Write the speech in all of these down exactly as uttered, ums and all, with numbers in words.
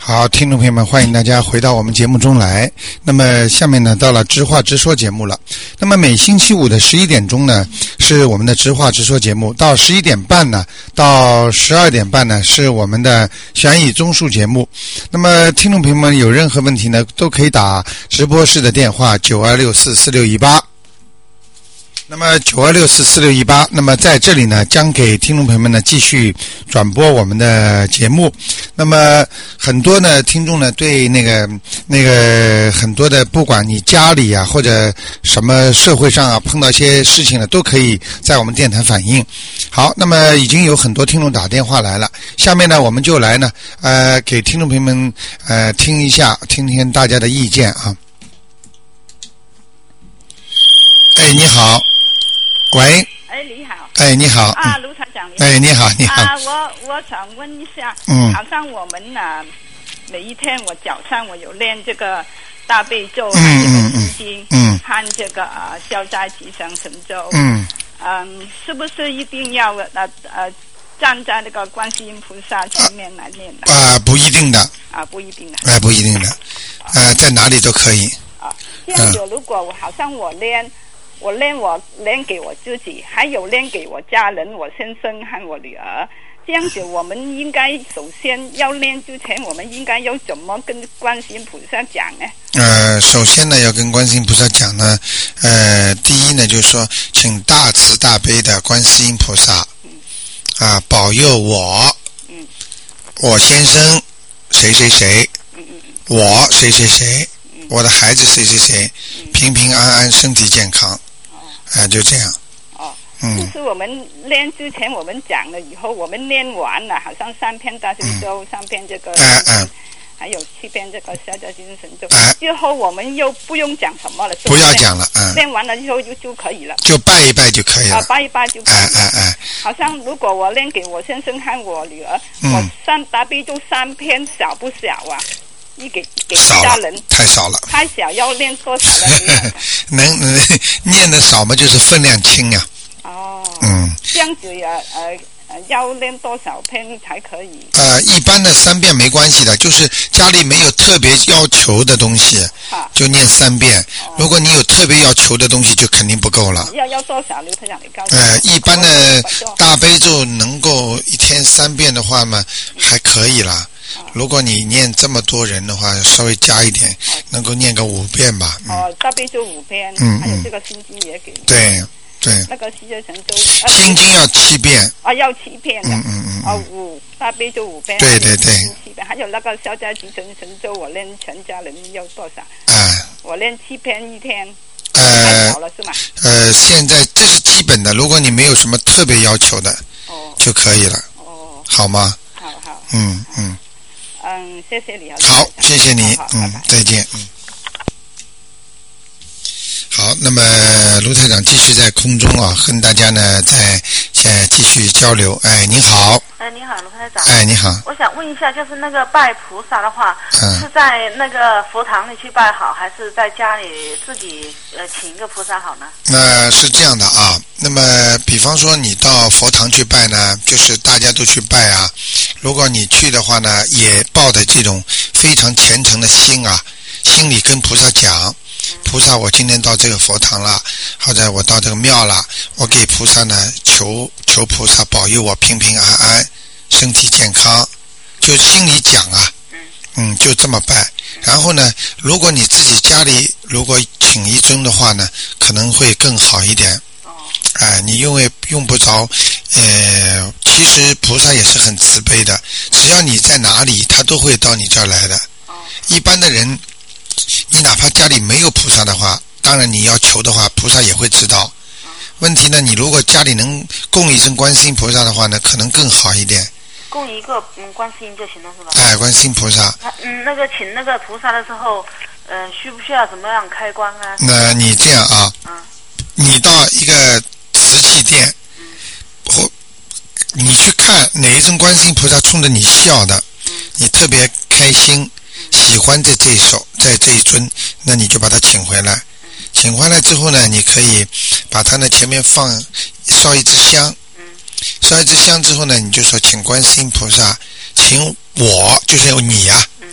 好，听众朋友们，欢迎大家回到我们节目中来。那么下面呢，到了直话直说节目了。那么每星期五的十一点钟呢，是我们的直话直说节目；到十一点半呢，到十二点半呢，是我们的悬疑综述节目。那么听众朋友们有任何问题呢，都可以打直播室的电话九二六四四六一八。那么九二六四四六一八，那么在这里呢，将给听众朋友们呢继续转播我们的节目。那么很多呢听众呢对那个那个很多的，不管你家里啊或者什么社会上啊碰到一些事情呢，都可以在我们电台反映。好，那么已经有很多听众打电话来了，下面呢我们就来呢呃给听众朋友们呃听一下，听听大家的意见啊。哎，你好。喂， 哎，你好。 哎，你好。 啊，卢台长，你好。 哎，你好，你好。 啊，我我想问一下， 嗯， 好像我们呢、啊，每一天我早上我有练这个大悲咒， 嗯嗯心经， 嗯， 和这个啊消灾吉祥神咒， 嗯， 嗯，是不是一定要呃呃站在那个观世音菩萨前面来练的？ 啊、呃，不一定的。 啊，不一定的。 哎、呃，不一定的。呃，在哪里都可以。 啊，这样有，如果我好像我练。我练我练给我自己，还有练给我家人，我先生和我女儿。这样子，我们应该首先要练之前，我们应该要怎么跟观世音菩萨讲呢？ 呃，首先呢，要跟观世音菩萨讲呢，呃，第一呢，就是说，请大慈大悲的观世音菩萨，嗯，啊，保佑我，嗯，我先生谁谁谁，嗯嗯嗯，我谁谁谁，嗯，我的孩子谁谁谁，嗯，平平安安，身体健康。啊、呃，就这样。 哦， 嗯， 就是我们练之前我们讲了以后，我们练完了，好像三篇大神咒，嗯、三篇这个， 嗯嗯， 还有七篇这个消灾吉祥神咒， 嗯， 之后我们又不用讲什么了， 不要讲了，嗯， 练完了之后就就可以了， 就拜一拜就可以了， 啊，拜一拜就可以了， 哎哎哎， 好像如果我练给我先生和我女儿， 嗯、 我三大悲咒三篇少不少啊？你给给家人太少了， 太少，要练多少呢？ 能能念的少嘛，就是分量轻呀、 啊。哦， 嗯， 这样子呀，呃呃，要练多少篇才可以？ 呃，一般的三遍没关系的，就是家里没有特别要求的东西，啊、就念三遍、哦。如果你有特别要求的东西，就肯定不够了。 要要多少？刘科长，你告诉我。 呃，一般的大悲咒能够一天三遍的话嘛，嗯、还可以啦。如果你念这么多人的话，稍微加一点，哦、能够念个五遍吧。 嗯、哦，大悲咒五遍， 嗯， 还有这个心经也给。 对对。 那个西咒神咒。 心经要七遍。 啊，要七遍的。 嗯嗯嗯。 啊，五大悲咒五遍。 对对对。 七遍，还有那个消灾吉祥神咒，我练全家人要多少？ 啊、呃。 我练七篇一天。 呃。 好了是吗？ 呃，现在这是基本的，如果你没有什么特别要求的，哦，就可以了。哦。好吗？ 好好。 嗯嗯。 嗯，谢谢你啊。 好，谢谢你，嗯， 拜拜再见，嗯。好，那么卢台长继续在空中啊，跟大家呢在在继续交流。哎，你好。 哎，你好，卢台长。 哎，你好。 我想问一下，就是那个拜菩萨的话， 嗯、 是在那个佛堂里去拜好，还是在家里自己呃请一个菩萨好呢？ 那是这样的啊，那么比方说你到佛堂去拜呢，就是大家都去拜啊。如果你去的话呢，也抱着这种非常虔诚的心啊，心里跟菩萨讲，菩萨，我今天到这个佛堂了，或者我到这个庙了，我给菩萨呢求求菩萨保佑我平平安安，身体健康，就心里讲啊，嗯，就这么拜。然后呢，如果你自己家里如果请一尊的话呢，可能会更好一点。哎、呃，你因为用不着，呃，其实菩萨也是很慈悲的，只要你在哪里，他都会到你这儿来的。一般的人，你哪怕家里没有菩萨的话，当然你要求的话，菩萨也会知道。问题呢，你如果家里能供一尊观世音菩萨的话呢，可能更好一点。 供一个嗯观世音就行了是吧？ 哎，观世音菩萨。 嗯，那个请那个菩萨的时候，嗯、呃，需不需要怎么样开光啊？ 那你这样啊，嗯，你到一个瓷器店，嗯，或你去看哪一尊观世音菩萨冲着你笑的，嗯，你特别开心，喜欢在这一手，在这一尊，那你就把它请回来。请回来之后呢，你可以把它呢前面放烧一支香，烧一支香之后呢，你就说请观世音菩萨，请我就是你呀、啊，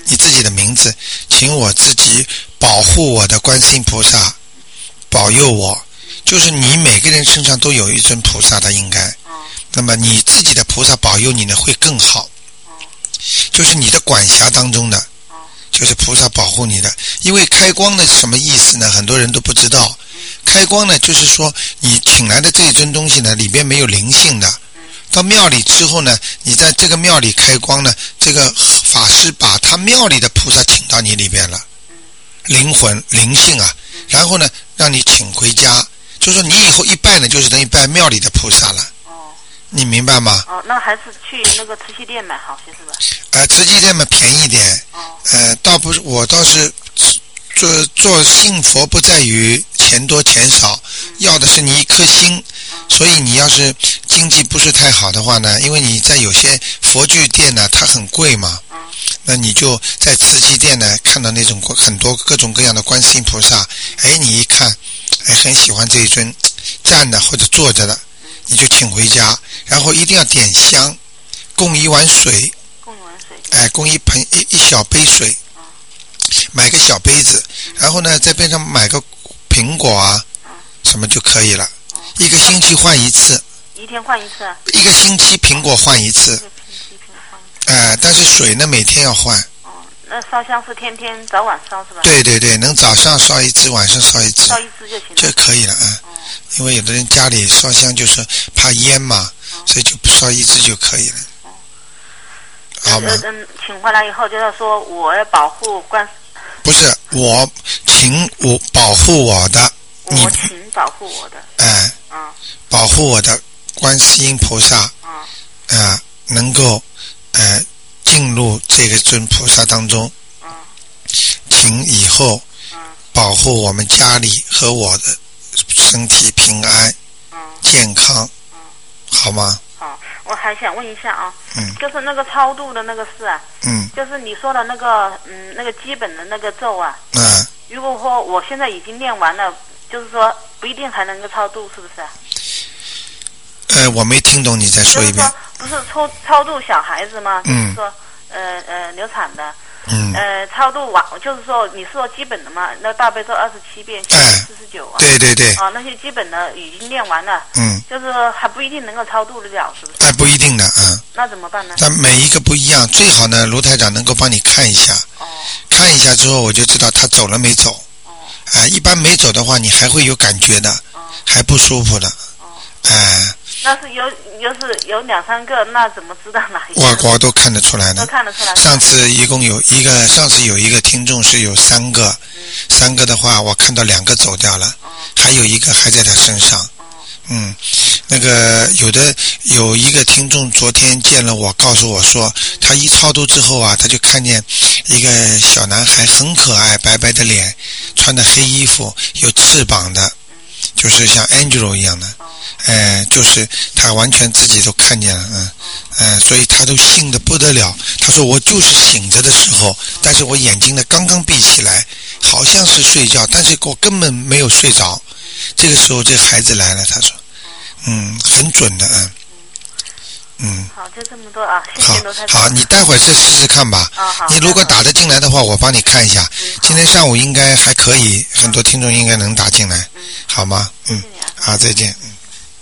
你自己的名字，请我自己保护我的观世音菩萨保佑我，就是你每个人身上都有一尊菩萨的应该，那么你自己的菩萨保佑你呢会更好，就是你的管辖当中的，就是菩萨保护你的。因为开光呢什么意思呢？很多人都不知道。开光呢就是说你请来的这一尊东西呢里边没有灵性的，到庙里之后呢，你在这个庙里开光呢，这个法师把他庙里的菩萨请到你里边了，灵魂灵性啊，然后呢让你请回家，就是说你以后一拜呢就是等于拜庙里的菩萨了。你明白吗？ 哦，那还是去那个瓷器店买好些是吧？ 呃，瓷器店嘛便宜点。哦。呃，倒不是，我倒是做做信佛不在于钱多钱少，嗯、要的是你一颗心。嗯、所以你要是经济不是太好的话呢，因为你在有些佛具店呢，它很贵嘛。嗯。那你就在瓷器店呢看到那种很多各种各样的观世音菩萨，哎，你一看，哎，很喜欢这一尊站的或者坐着的。你就请回家，然后一定要点香，供一碗水， 供一碗水， 哎，供一盆一一小杯水，嗯、买个小杯子，嗯、然后呢，在边上买个苹果啊，嗯、什么就可以了。嗯、一个星期换一次， 一天换一次、啊， 一个星期苹果换一次，哎、呃，但是水呢每天要换。 哦，那烧香是天天早晚烧是吧？ 对对对，能早上烧一支，晚上烧一支， 烧一支就行了， 就可以了啊。嗯因为有的人家里烧香就是怕烟嘛，哦、所以就不烧一支就可以了。哦、好吗？ 嗯，请回来以后就要说我要保护观。 不是我请我保护我的， 我请保护我的。 哎， 嗯， 保护我的观世音菩萨， 嗯， 啊、呃，能够呃进入这个尊菩萨当中， 嗯， 请以后，嗯，保护我们家里和我的。身体平安，嗯，健康，嗯，好吗？ 好，我还想问一下啊， 嗯， 就是那个超度的那个事啊， 嗯， 就是你说的那个，嗯，那个基本的那个咒啊， 嗯， 如果说我现在已经念完了，就是说不一定还能够超度，是不是啊？ 呃，我没听懂，你再说一遍。 就是说不是超超度小孩子吗？ 嗯， 就是说，呃呃，流产的。 嗯， 呃，超度完就是说，你是说基本的嘛？那大悲咒二十七遍，心经四十九啊， 对对对， 啊，那些基本的已经念完了， 嗯， 就是还不一定能够超度得了，是不是？ 哎，不一定的，嗯。 那怎么办呢？ 但每一个不一样，最好呢，卢台长能够帮你看一下， 哦， 看一下之后我就知道他走了没走， 哦， 啊、呃，一般没走的话，你还会有感觉的，哦，还不舒服的， 哦， 哎、呃。 那是有，要是有两三个，那怎么知道哪一个？ 我我都看得出来的， 都看得出来。 上次一共有一个，上次有一个听众是有三个，嗯、三个的话，我看到两个走掉了，哦、还有一个还在他身上。哦、嗯，那个有的有一个听众昨天见了我，告诉我说，他一超度之后啊，他就看见一个小男孩很可爱，白白的脸，穿的黑衣服，有翅膀的，就是像 Angelo 一样的。哎、呃，就是他完全自己都看见了，嗯，呃，所以他都信得不得了。他说我就是醒着的时候，但是我眼睛呢刚刚闭起来，好像是睡觉，但是我根本没有睡着。这个时候这个孩子来了，他说，嗯，很准的，嗯，嗯。 好，就这么多啊，谢谢罗台长。 好，好，你待会儿再试试看吧。 啊，好。 你如果打得进来的话，我帮你看一下。嗯、今天上午应该还可以，很多听众应该能打进来，嗯、好吗？嗯， 谢谢啊、 好，再见。嗯。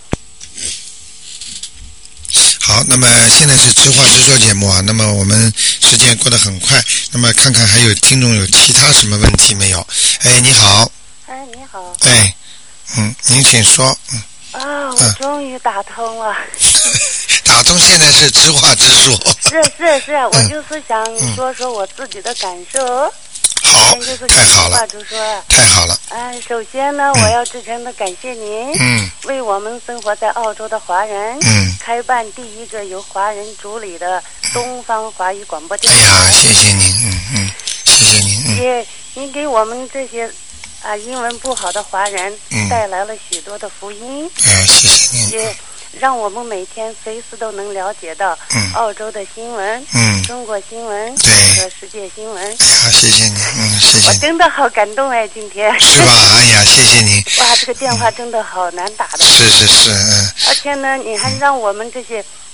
好，那么现在是知话直说节目啊，那么我们时间过得很快，那么看看还有听众有其他什么问题没有？哎，你好。 哎，你好。 哎，嗯，您请说。嗯。 啊，我终于打通了。 打通，现在是知话直说。 是是是，我就是想说说我自己的感受。 好，太好了，太好了。 嗯，首先呢，我要真诚的感谢您， 嗯， 为我们生活在澳洲的华人， 嗯， 开办第一个由华人主理的东方华语广播电台。 哎呀，谢谢您，嗯嗯，谢谢您，嗯。 也，您给我们这些啊英文不好的华人带来了许多的福音。 哎呀，谢谢您。 也让我们每天随时都能了解到澳洲的新闻、 嗯、 中国新闻对和世界新闻。 哎呀，谢谢你，嗯，谢谢你。 我真的好感动哎，今天。 是吧？哎呀，谢谢你。 哇，这个电话真的好难打的。 是是是，嗯。 而且呢，你还让我们这些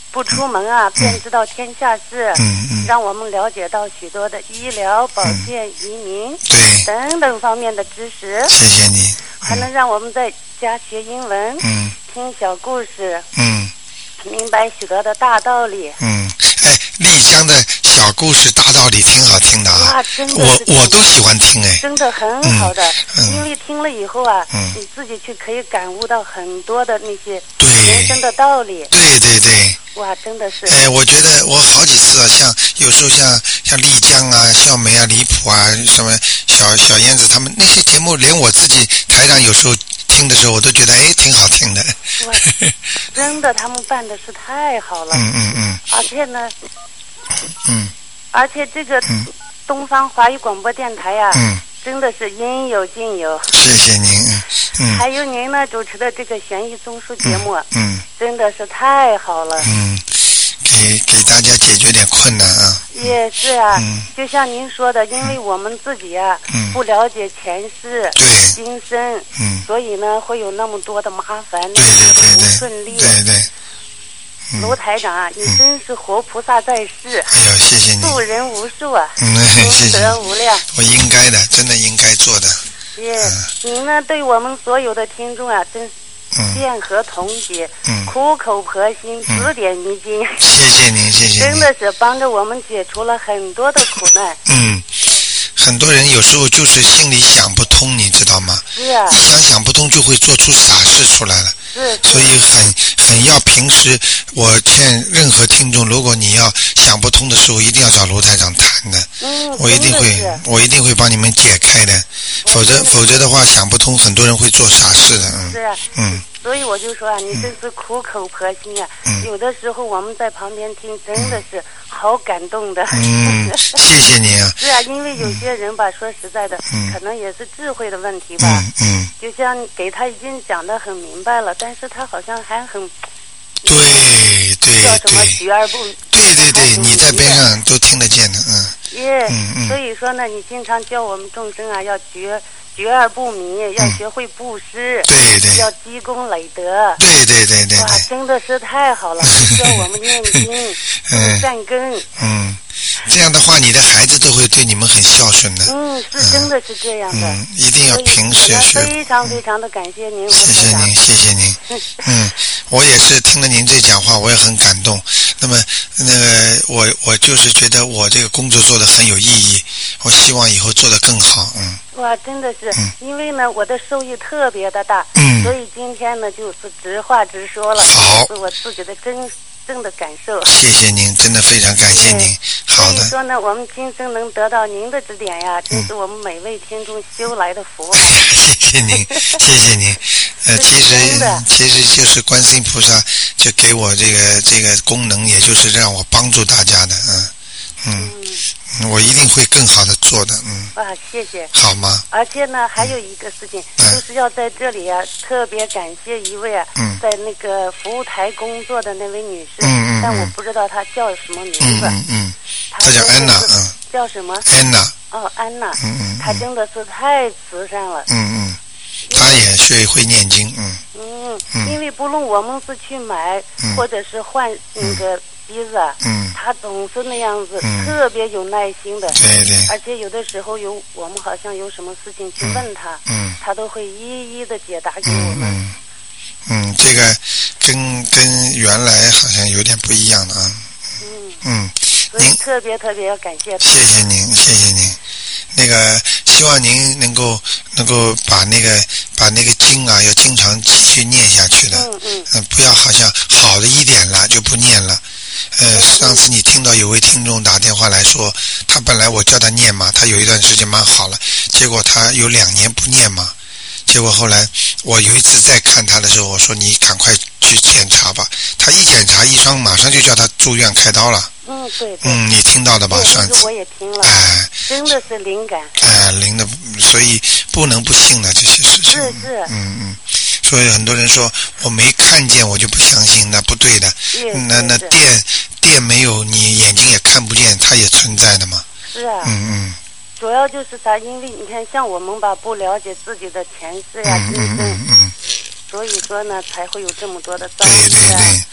不出门啊， 嗯、 便知道天下事， 嗯嗯， 让我们了解到许多的医疗、保健、 嗯、 移民对等等方面的知识。 谢谢你。 还能让我们在家学英文， 嗯， 听小故事， 嗯， 明白许多的大道理。 嗯，哎，丽江的小故事大道理挺好听的啊， 哇，真的我我都喜欢听哎， 真的很好的， 嗯嗯、 因为听了以后啊， 嗯、 你自己去可以感悟到很多的那些对人生的道理。 对对对。 哇，真的是！ 哎，我觉得我好几次啊，像有时候像像丽江啊、笑梅啊、离谱啊、什么小小燕子他们那些节目，连我自己台长有时候听的时候，我都觉得哎挺好听的。 哇，真的，他们办的是太好了。 嗯嗯嗯。 而且呢， 嗯。 而且这个东方华语广播电台呀、啊， 嗯， 真的是应有尽有。 谢谢您。嗯。 还有您呢主持的这个悬疑综述节目， 嗯， 真的是太好了。 嗯，给给大家解决点困难啊。 也是啊， 嗯， 就像您说的，因为我们自己啊， 嗯， 不了解前世、 对， 今生， 嗯， 所以呢，会有那么多的麻烦， 对对对对， 不顺利。 对对。嗯、 卢台长啊，你真是活菩萨在世。 哎呦，谢谢你。 度人无数啊， 嗯， 功德无量。 我应该的，真的应该做的。 耶、yeah, 嗯，您呢，对我们所有的听众啊，真是见和同解， 嗯， 苦口婆心， 嗯、 指点迷津。 谢谢您，谢谢您。 真的是帮着我们解除了很多的苦难。 嗯。很多人有时候就是心里想不通，你知道吗？ 是啊。 一想想不通，就会做出傻事出来了。 是。 所以很很要平时，我劝任何听众，如果你要想不通的时候，一定要找卢台长谈的。 嗯。 我一定会，我一定会帮你们解开的。否则，否则的话想不通，很多人会做傻事的。嗯。 是啊。 嗯。 所以我就说啊，你真是苦口婆心啊！ 嗯、 有的时候我们在旁边听，真的是好感动的。 嗯，谢谢你啊。 是啊，因为有些人吧，说实在的， 嗯、 可能也是智慧的问题吧。 嗯嗯。 就像给他已经讲得很明白了，但是他好像还很。 对对叫什么觉而不？ 对对对，你在边上都听得见的，嗯。 耶、yeah, 嗯嗯。 所以说呢，你经常教我们众生啊，要觉。觉而不迷，要学会布施， 对对， 要积功累德， 对对对对对， 哇，真的是太好了！教我们念经， 嗯， 善根， 嗯，这样的话，你的孩子都会对你们很孝顺的。 嗯，是真的是这样的。 嗯，一定要平时学。 非常非常的感谢您， 谢谢您，谢谢您。嗯，我也是听了您这讲话，我也很感动。那么，那个我我就是觉得我这个工作做得很有意义，我希望以后做得更好。嗯。 哇，真的是， 嗯、 因为呢，我的受益特别的大， 嗯， 所以今天呢，就是直话直说了， 好， 是我自己的真正的感受。 谢谢您，真的非常感谢您。好的。 所以说呢，我们今生能得到您的指点呀，真是我们每位听众修来的福。 哎呀，谢谢您，谢谢您。呃，其实其实就是观世音菩萨就给我这个这个功能，也就是让我帮助大家的，嗯嗯。嗯我一定会更好的做的，嗯。 啊，谢谢。 好吗？ 而且呢，还有一个事情， 嗯、 就是要在这里啊，特别感谢一位啊， 嗯、 在那个服务台工作的那位女士， 嗯嗯嗯但我不知道她叫什么名字。 嗯嗯嗯。她叫安娜，嗯。 叫什么？ 安娜。 哦，安娜。 嗯嗯。 她真的是太慈善了。 嗯嗯。她也学会念经，嗯。 嗯。 嗯。 因为不论我们是去买， 嗯、 或者是换那个。鼻子啊， 嗯， 他总是那样子， 嗯、 特别有耐心的， 对对， 而且有的时候有我们好像有什么事情去问他， 嗯， 他都会一一的解答给我们。 嗯嗯，这个跟跟原来好像有点不一样了啊。 嗯嗯， 所以特别特别要感谢他。 谢谢您，谢谢您。那个希望您能够能够把那个把那个经啊，要经常继续念下去的。 嗯嗯。 呃、不要好像好的一点了就不念了。呃，上次你听到有位听众打电话来说，他本来我叫他念嘛，他有一段时间蛮好了，结果他有两年不念嘛，结果后来我有一次再看他的时候，我说你赶快去检查吧，他一检查医生马上就叫他住院开刀了。 嗯，对对。 嗯，你听到的吧？上次我也听了。 哎、呃， 真的是灵感。 哎、呃，灵的，所以不能不信的这些事情。 是是。 嗯嗯。所以很多人说我没看见我就不相信，那不对的。那那电电没有你眼睛也看不见，它也存在的嘛。 是啊。 嗯嗯。 主要就是啥？因为你看，像我们吧，不了解自己的前世呀、今生， 嗯嗯嗯嗯， 所以说呢，才会有这么多的遭遇啊。 对对对。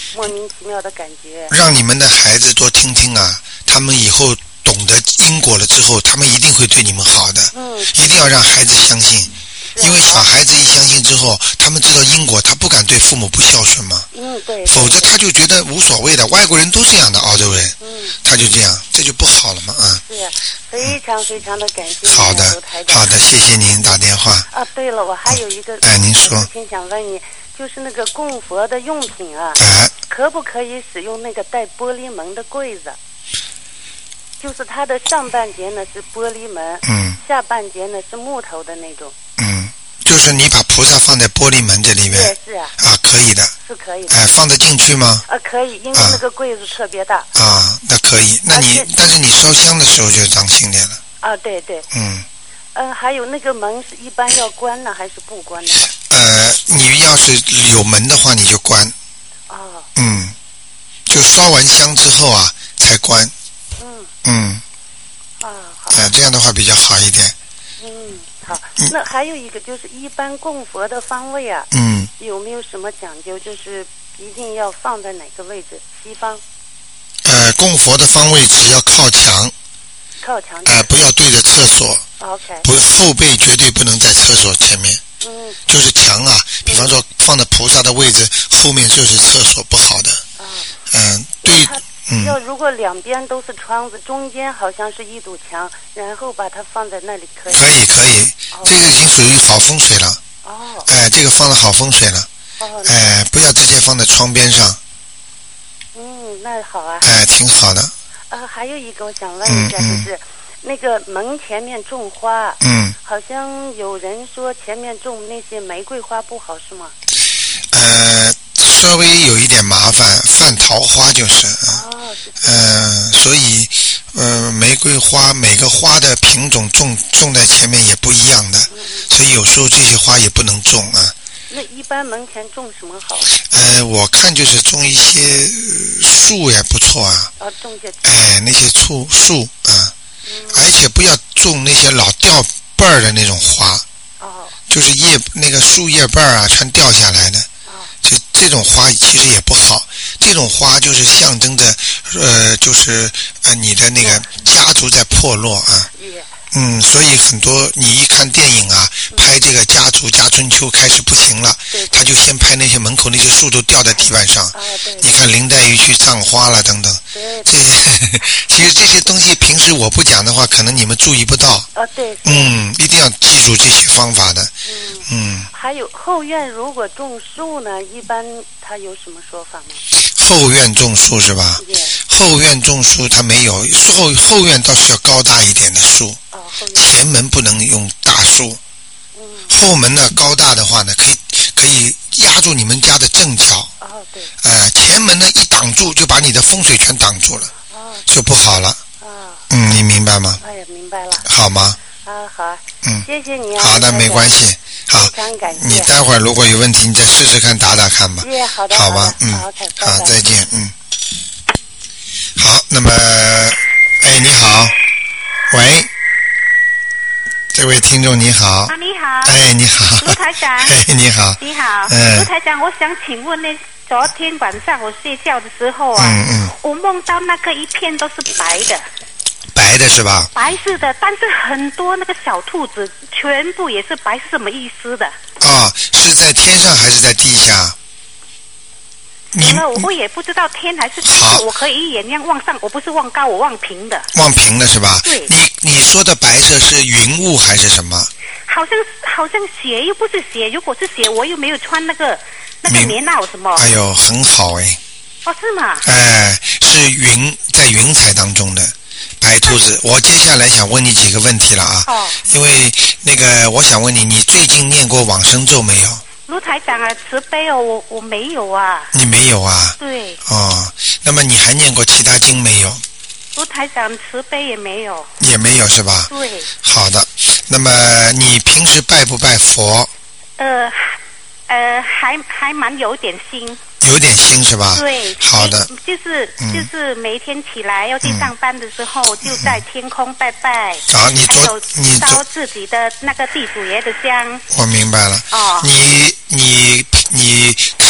莫名其妙的感觉。 让你们的孩子多听听啊，他们以后懂得因果了之后，他们一定会对你们好的。 嗯， 一定要让孩子相信。因为小孩子一相信之后，他们知道因果，他不敢对父母不孝顺嘛。 嗯，对。 否则他就觉得无所谓的，外国人都这样的，澳洲人。 嗯。 他就这样，这就不好了嘛，啊。 是啊，非常非常的感谢。 好的，好的，谢谢您打电话。 啊，对了，我还有一个哎，您说。 事情想问你，就是那个供佛的用品啊， 哎， 可不可以使用那个带玻璃门的柜子？就是它的上半截呢是玻璃门， 嗯， 下半截呢是木头的那种。 嗯，就是你把菩萨放在玻璃门这里面。 是啊。 啊，可以的。 是可以的。 哎，放得进去吗？ 啊，可以，因为那个柜子特别大。 啊，那可以。那你但是你烧香的时候就当心点了。 啊，对对。 嗯。 呃，还有那个门是一般要关呢，还是不关呢？ 呃，你要是有门的话，你就关。 哦。 嗯，就烧完香之后啊，才关。 嗯。 嗯。 啊，好。 啊，这样的话比较好一点。 嗯，好。那还有一个就是一般供佛的方位啊， 嗯， 有没有什么讲究？就是一定要放在哪个位置？西方。 呃，供佛的方位只要靠墙。 靠墙。 呃，不要对着厕所。 OK。 不，后背绝对不能在厕所前面。 嗯。 就是墙啊，比方说放在菩萨的位置后面就是厕所，不好的。 啊。 嗯，对。嗯， 要如果两边都是窗子，中间好像是一堵墙，然后把它放在那里可以。 可以可以，哦、这个已经属于好风水了。 哦。 哎、呃，这个放了好风水了。 哦。 哎、呃，不要直接放在窗边上。 嗯，那好啊。 哎、呃，挺好的。 呃，还有一个我想问一下，嗯嗯、就是那个门前面种花， 嗯， 好像有人说前面种那些玫瑰花不好，是吗？ 呃。稍微有一点麻烦，犯桃花就是， 哦， 嗯、呃，所以，呃，玫瑰花每个花的品种种种在前面也不一样的，嗯、所以有时候这些花也不能种啊。 那一般门前种什么好？ 呃，我看就是种一些树也不错啊。 哦，种些。 哎，那些树树啊，嗯、而且不要种那些老掉瓣儿的那种花。 哦。就是叶那个树叶瓣啊，全掉下来的。这这种花其实也不好，这种花就是象征着，呃，就是呃你的那个家族在破落啊。嗯，所以很多你一看电影啊，拍这个家族家春秋开始不行了，他就先拍那些门口那些树都掉在地板上。你看林黛玉去葬花了等等，这些其实这些东西平时我不讲的话，可能你们注意不到。 啊，对。 嗯，一定要记住这些方法的。 嗯。 嗯。 还有后院如果种树呢，一般它有什么说法吗？ 后院种树是吧？ Yeah. 后院种树它没有，后后院倒是要高大一点的树。 哦，后院。 前门不能用大树。 嗯。 后门呢高大的话呢，可以可以压住你们家的正角。 哦，对。 呃，前门呢一挡住，就把你的风水全挡住了。 哦。就不好了。 哦。 嗯，你明白吗？ 哎呀，明白了。 好吗？ 啊，好啊。 嗯。 谢谢你啊。 好的，没关系。好，你待会儿如果有问题，你再试试看打打看吧。 耶，好的， 好吧，嗯， 好， 好，再见，嗯。好，那么，哎，你好，喂，这位听众你好。 啊，你好。 哎，你好。 卢台长。 哎，你好。 你好。 嗯。 卢台长，我想请问呢，昨天晚上我睡觉的时候啊， 嗯嗯， 我梦到那个一片都是白的。 白的是吧？ 白色的，但是很多那个小兔子全部也是白，是什么意思的？ 啊，是在天上还是在地下？ 你了，我也不知道天还是地，我可以一眼亮望上，我不是望高，我望平的。 望平的是吧？ 对。 你你说的白色是云雾还是什么？ 好像好像血又不是血，如果是血，我又没有穿那个那个棉袄什么。 哎呦，很好哎。 哦，是吗？ 哎，是云在云彩当中的。白兔子，我接下来想问你几个问题了啊！ 哦， 因为那个我想问你，你最近念过往生咒没有？ 卢台长啊，慈悲哦，我我没有啊。 你没有啊？ 对。 哦，那么你还念过其他经没有？ 卢台长慈悲也没有。 也没有是吧？ 对。 好的，那么你平时拜不拜佛？ 呃，呃，还还蛮有点心。 有点心是吧？ 对， 好的， 就是、嗯、就是每一天起来要去上班的时候，嗯、就在天空拜拜。 啊，你昨你烧自己的那个地主爷的香。 我明白了。 哦。 你你你看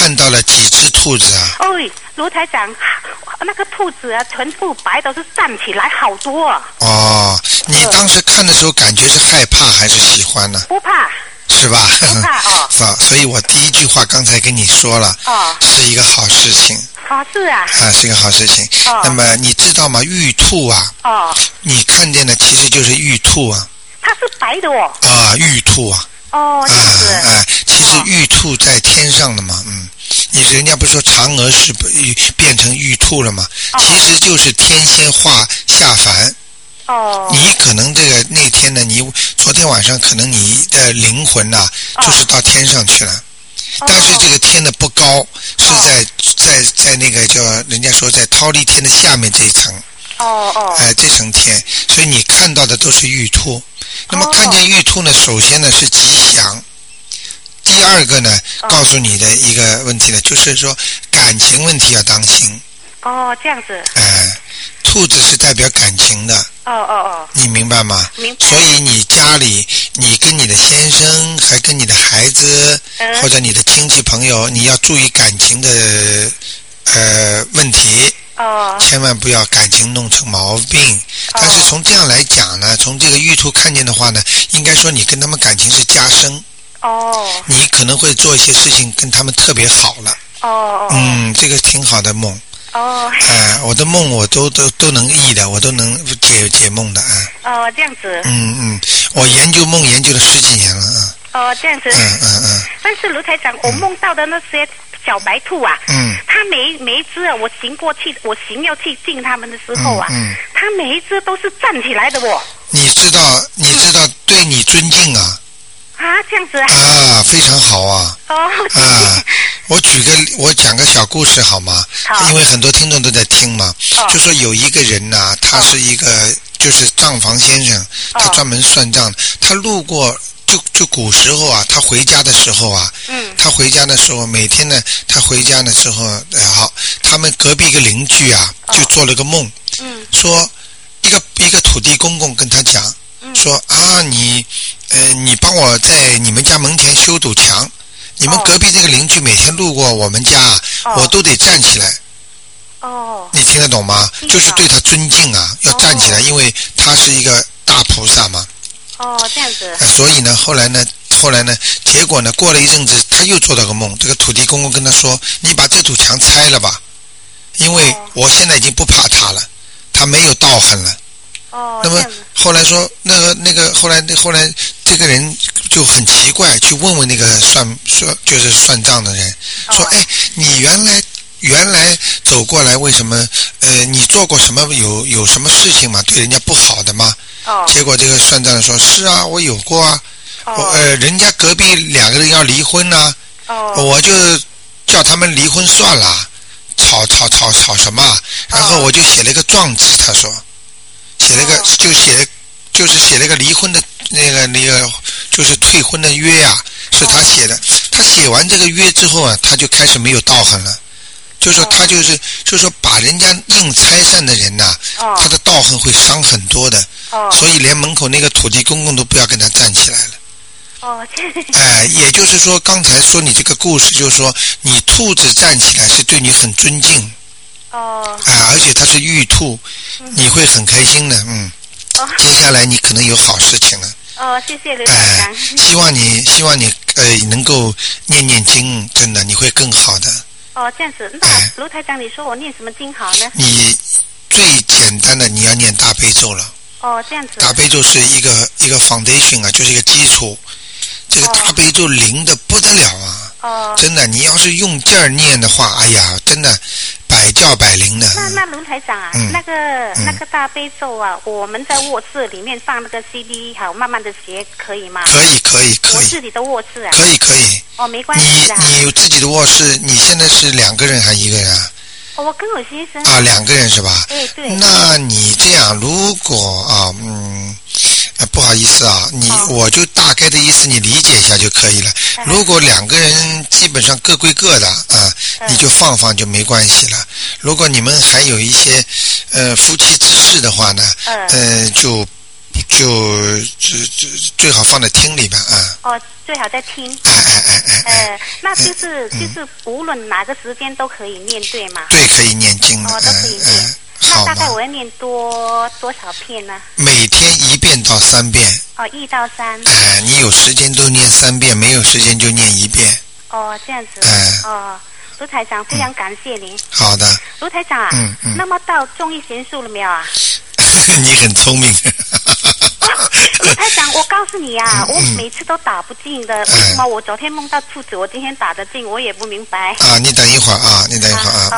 看到了几只兔子啊？ 哦，卢台长，那个兔子啊，全部白都是站起来好多啊。 哦，你当时看的时候感觉是害怕还是喜欢呢？ 不怕。 是吧？ 不怕哦。 是吧？所以我第一句话刚才跟你说了， 哦， 是一个好事情。 哦，是啊。 啊，是一个好事情。 哦。 那么你知道吗？玉兔啊。 哦。 你看见的其实就是玉兔啊。 它是白的哦。 啊，玉兔啊。 哦，这样子。 哎、啊啊，其实玉兔在天上的嘛，嗯，你人家不是说嫦娥是变成玉兔了吗？ 哦。 其实就是天仙化下凡。 哦。 你可能这个那天呢，你昨天晚上可能你的灵魂呐、啊，就是到天上去了。哦。但是这个天呢不高，是在、哦、在在那个叫人家说在忉利天的下面这一层。 哦哦。 哎、呃，这层天，所以你看到的都是玉兔。那么看见玉兔呢，首先呢是吉祥。第二个呢，哦、告诉你的一个问题呢，就是说感情问题要当心。 哦，这样子。 哎、呃，兔子是代表感情的。 哦哦哦。 你明白吗？ 明白。 所以你家里，你跟你的先生，还跟你的孩子，呃、或者你的亲戚朋友，你要注意感情的呃问题。 哦。 千万不要感情弄成毛病。哦。但是从这样来讲呢，从这个玉兔看见的话呢，应该说你跟他们感情是加深。 哦。 你可能会做一些事情跟他们特别好了。 哦哦。 嗯，这个挺好的梦。 哦。 哎、呃，我的梦我都都都能译的，我都能解解梦的啊。 哦，这样子。 嗯嗯，我研究梦研究了十几年了啊。 哦，这样子。 嗯嗯嗯。 但是卢台长，我梦到的那些小白兔啊， 嗯， 它每每一只啊，我行过去，我行要去近它们的时候啊， 嗯，嗯它每一只都是站起来的哦。 你知道，你知道，对你尊敬啊。 啊，这样子啊。 啊，非常好啊。 哦。 啊，我举个，我讲个小故事好吗？ 好。 因为很多听众都在听嘛。 哦。 就说有一个人呐、啊，他是一个、哦、就是账房先生，他专门算账，他路过。就就古时候啊，他回家的时候啊， 嗯， 他回家的时候，每天呢，他回家的时候，哎好，他们隔壁一个邻居啊， 哦、 就做了个梦， 嗯， 说一个一个土地公公跟他讲， 嗯、 说啊你，呃你帮我在你们家门前修堵墙，你们隔壁那个邻居每天路过我们家， 哦、 我都得站起来。 哦， 你听得懂吗？就是对他尊敬啊，要站起来， 哦、 因为他是一个大菩萨嘛。 哦，这样子。 所以呢，后来呢，后来呢，结果呢，过了一阵子，他又做到个梦。这个土地公公跟他说：“你把这堵墙拆了吧，因为我现在已经不怕他了，他没有道行了。” 哦。 那么后来说，那个那个后来后来这个人就很奇怪，去问问那个算说就是算账的人，说：“哎，你原来原来走过来，为什么？呃，你做过什么有有什么事情吗？对人家不好的吗？” 哦、 结果这个算账的说：“是啊，我有过啊， 哦、 我呃，人家隔壁两个人要离婚呐、啊， 哦、 我就叫他们离婚算了，吵吵吵吵什么？然后我就写了一个状纸，他说，写了个、哦、就写就是写了个离婚的那个那个就是退婚的约啊，是他写的。他写完这个约之后啊，他就开始没有道行了。”就说他就是，哦、就是说把人家硬拆散的人呐、啊， 哦、 他的道行会伤很多的， 哦、 所以连门口那个土地公公都不要跟他站起来了。 哦， 哎、呃，也就是说，刚才说你这个故事，就是说你兔子站起来是对你很尊敬。 哦。 哎、呃，而且它是玉兔， 嗯、 你会很开心的，嗯。 哦。 接下来你可能有好事情了。 哦，谢谢刘台长。 哎、呃，希望你希望你呃能够念念经，真的你会更好的。 哦，这样子，那卢台长，你说我念什么经好呢？ 你最简单的，你要念大悲咒了。 哦，这样子。 大悲咒是一个一个 foundation 啊，就是一个基础。这个大悲咒灵的不得了啊！ 哦。 真的，你要是用劲儿念的话，哎呀，真的百教百灵的。 那那卢台长啊， 嗯、 那个、嗯、那个大悲咒啊，我们在卧室里面放那个 C D， 好慢慢的学，可以吗？ 可以，可以，可以。 我自己的卧室啊。 可以，可以。 哦，没关系的。 你你有自己的卧室，你现在是两个人还是一个人啊？ 哦，我跟我先生。 啊，两个人是吧？ 哎，对。 那你这样，如果啊，嗯。呃，不好意思啊，你、哦、我就大概的意思你理解一下就可以了。哎、如果两个人基本上各归各的啊，哎、你就放放就没关系了。如果你们还有一些呃夫妻之事的话呢， 哎、 呃就就最最最好放在厅里边啊。 哦，最好在厅。 哎哎哎哎。 呃，那就是就是无论哪个时间都可以念对吗？ 对，可以念经的。 哦，都可以念。 嗯那大概我要念多多少遍呢？ 每天一遍到三遍。 哦，一到三。 哎，你有时间都念三遍，没有时间就念一遍。 哦，这样子。 哎。 哦，卢台长，非常感谢您。 好的。 卢台长啊， 嗯嗯。 那么到中医贤术了没有啊？ 你很聪明。 卢台长，我告诉你啊，嗯、我每次都打不进的，为什么我昨天梦到兔子，我今天打得进，我也不明白。 啊，你等一会儿啊，你等一会儿啊。啊